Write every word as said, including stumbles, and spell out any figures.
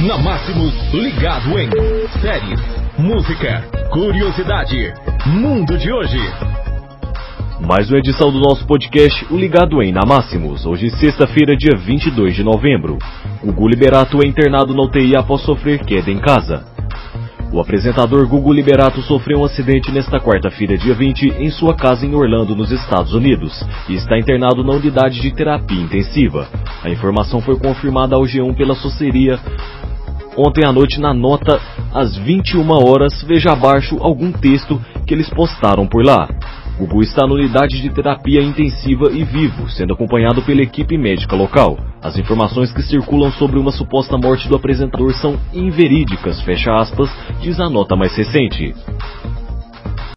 Na Máximos, ligado em séries, música, curiosidade, mundo de hoje. Mais uma edição do nosso podcast, o Ligado em Na Máximos. Hoje, sexta-feira, dia vinte e dois de novembro. Gugu Liberato é internado na U T I após sofrer queda em casa. O apresentador Gugu Liberato sofreu um acidente nesta quarta-feira, dia vinte, em sua casa em Orlando, nos Estados Unidos, e está internado na unidade de terapia intensiva. A informação foi confirmada ao G um pela assessoria ontem à noite. Na nota, às vinte e uma horas, veja abaixo algum texto que eles postaram por lá. Gugu está na unidade de terapia intensiva e vivo, sendo acompanhado pela equipe médica local. As informações que circulam sobre uma suposta morte do apresentador são inverídicas, fecha aspas, diz a nota mais recente.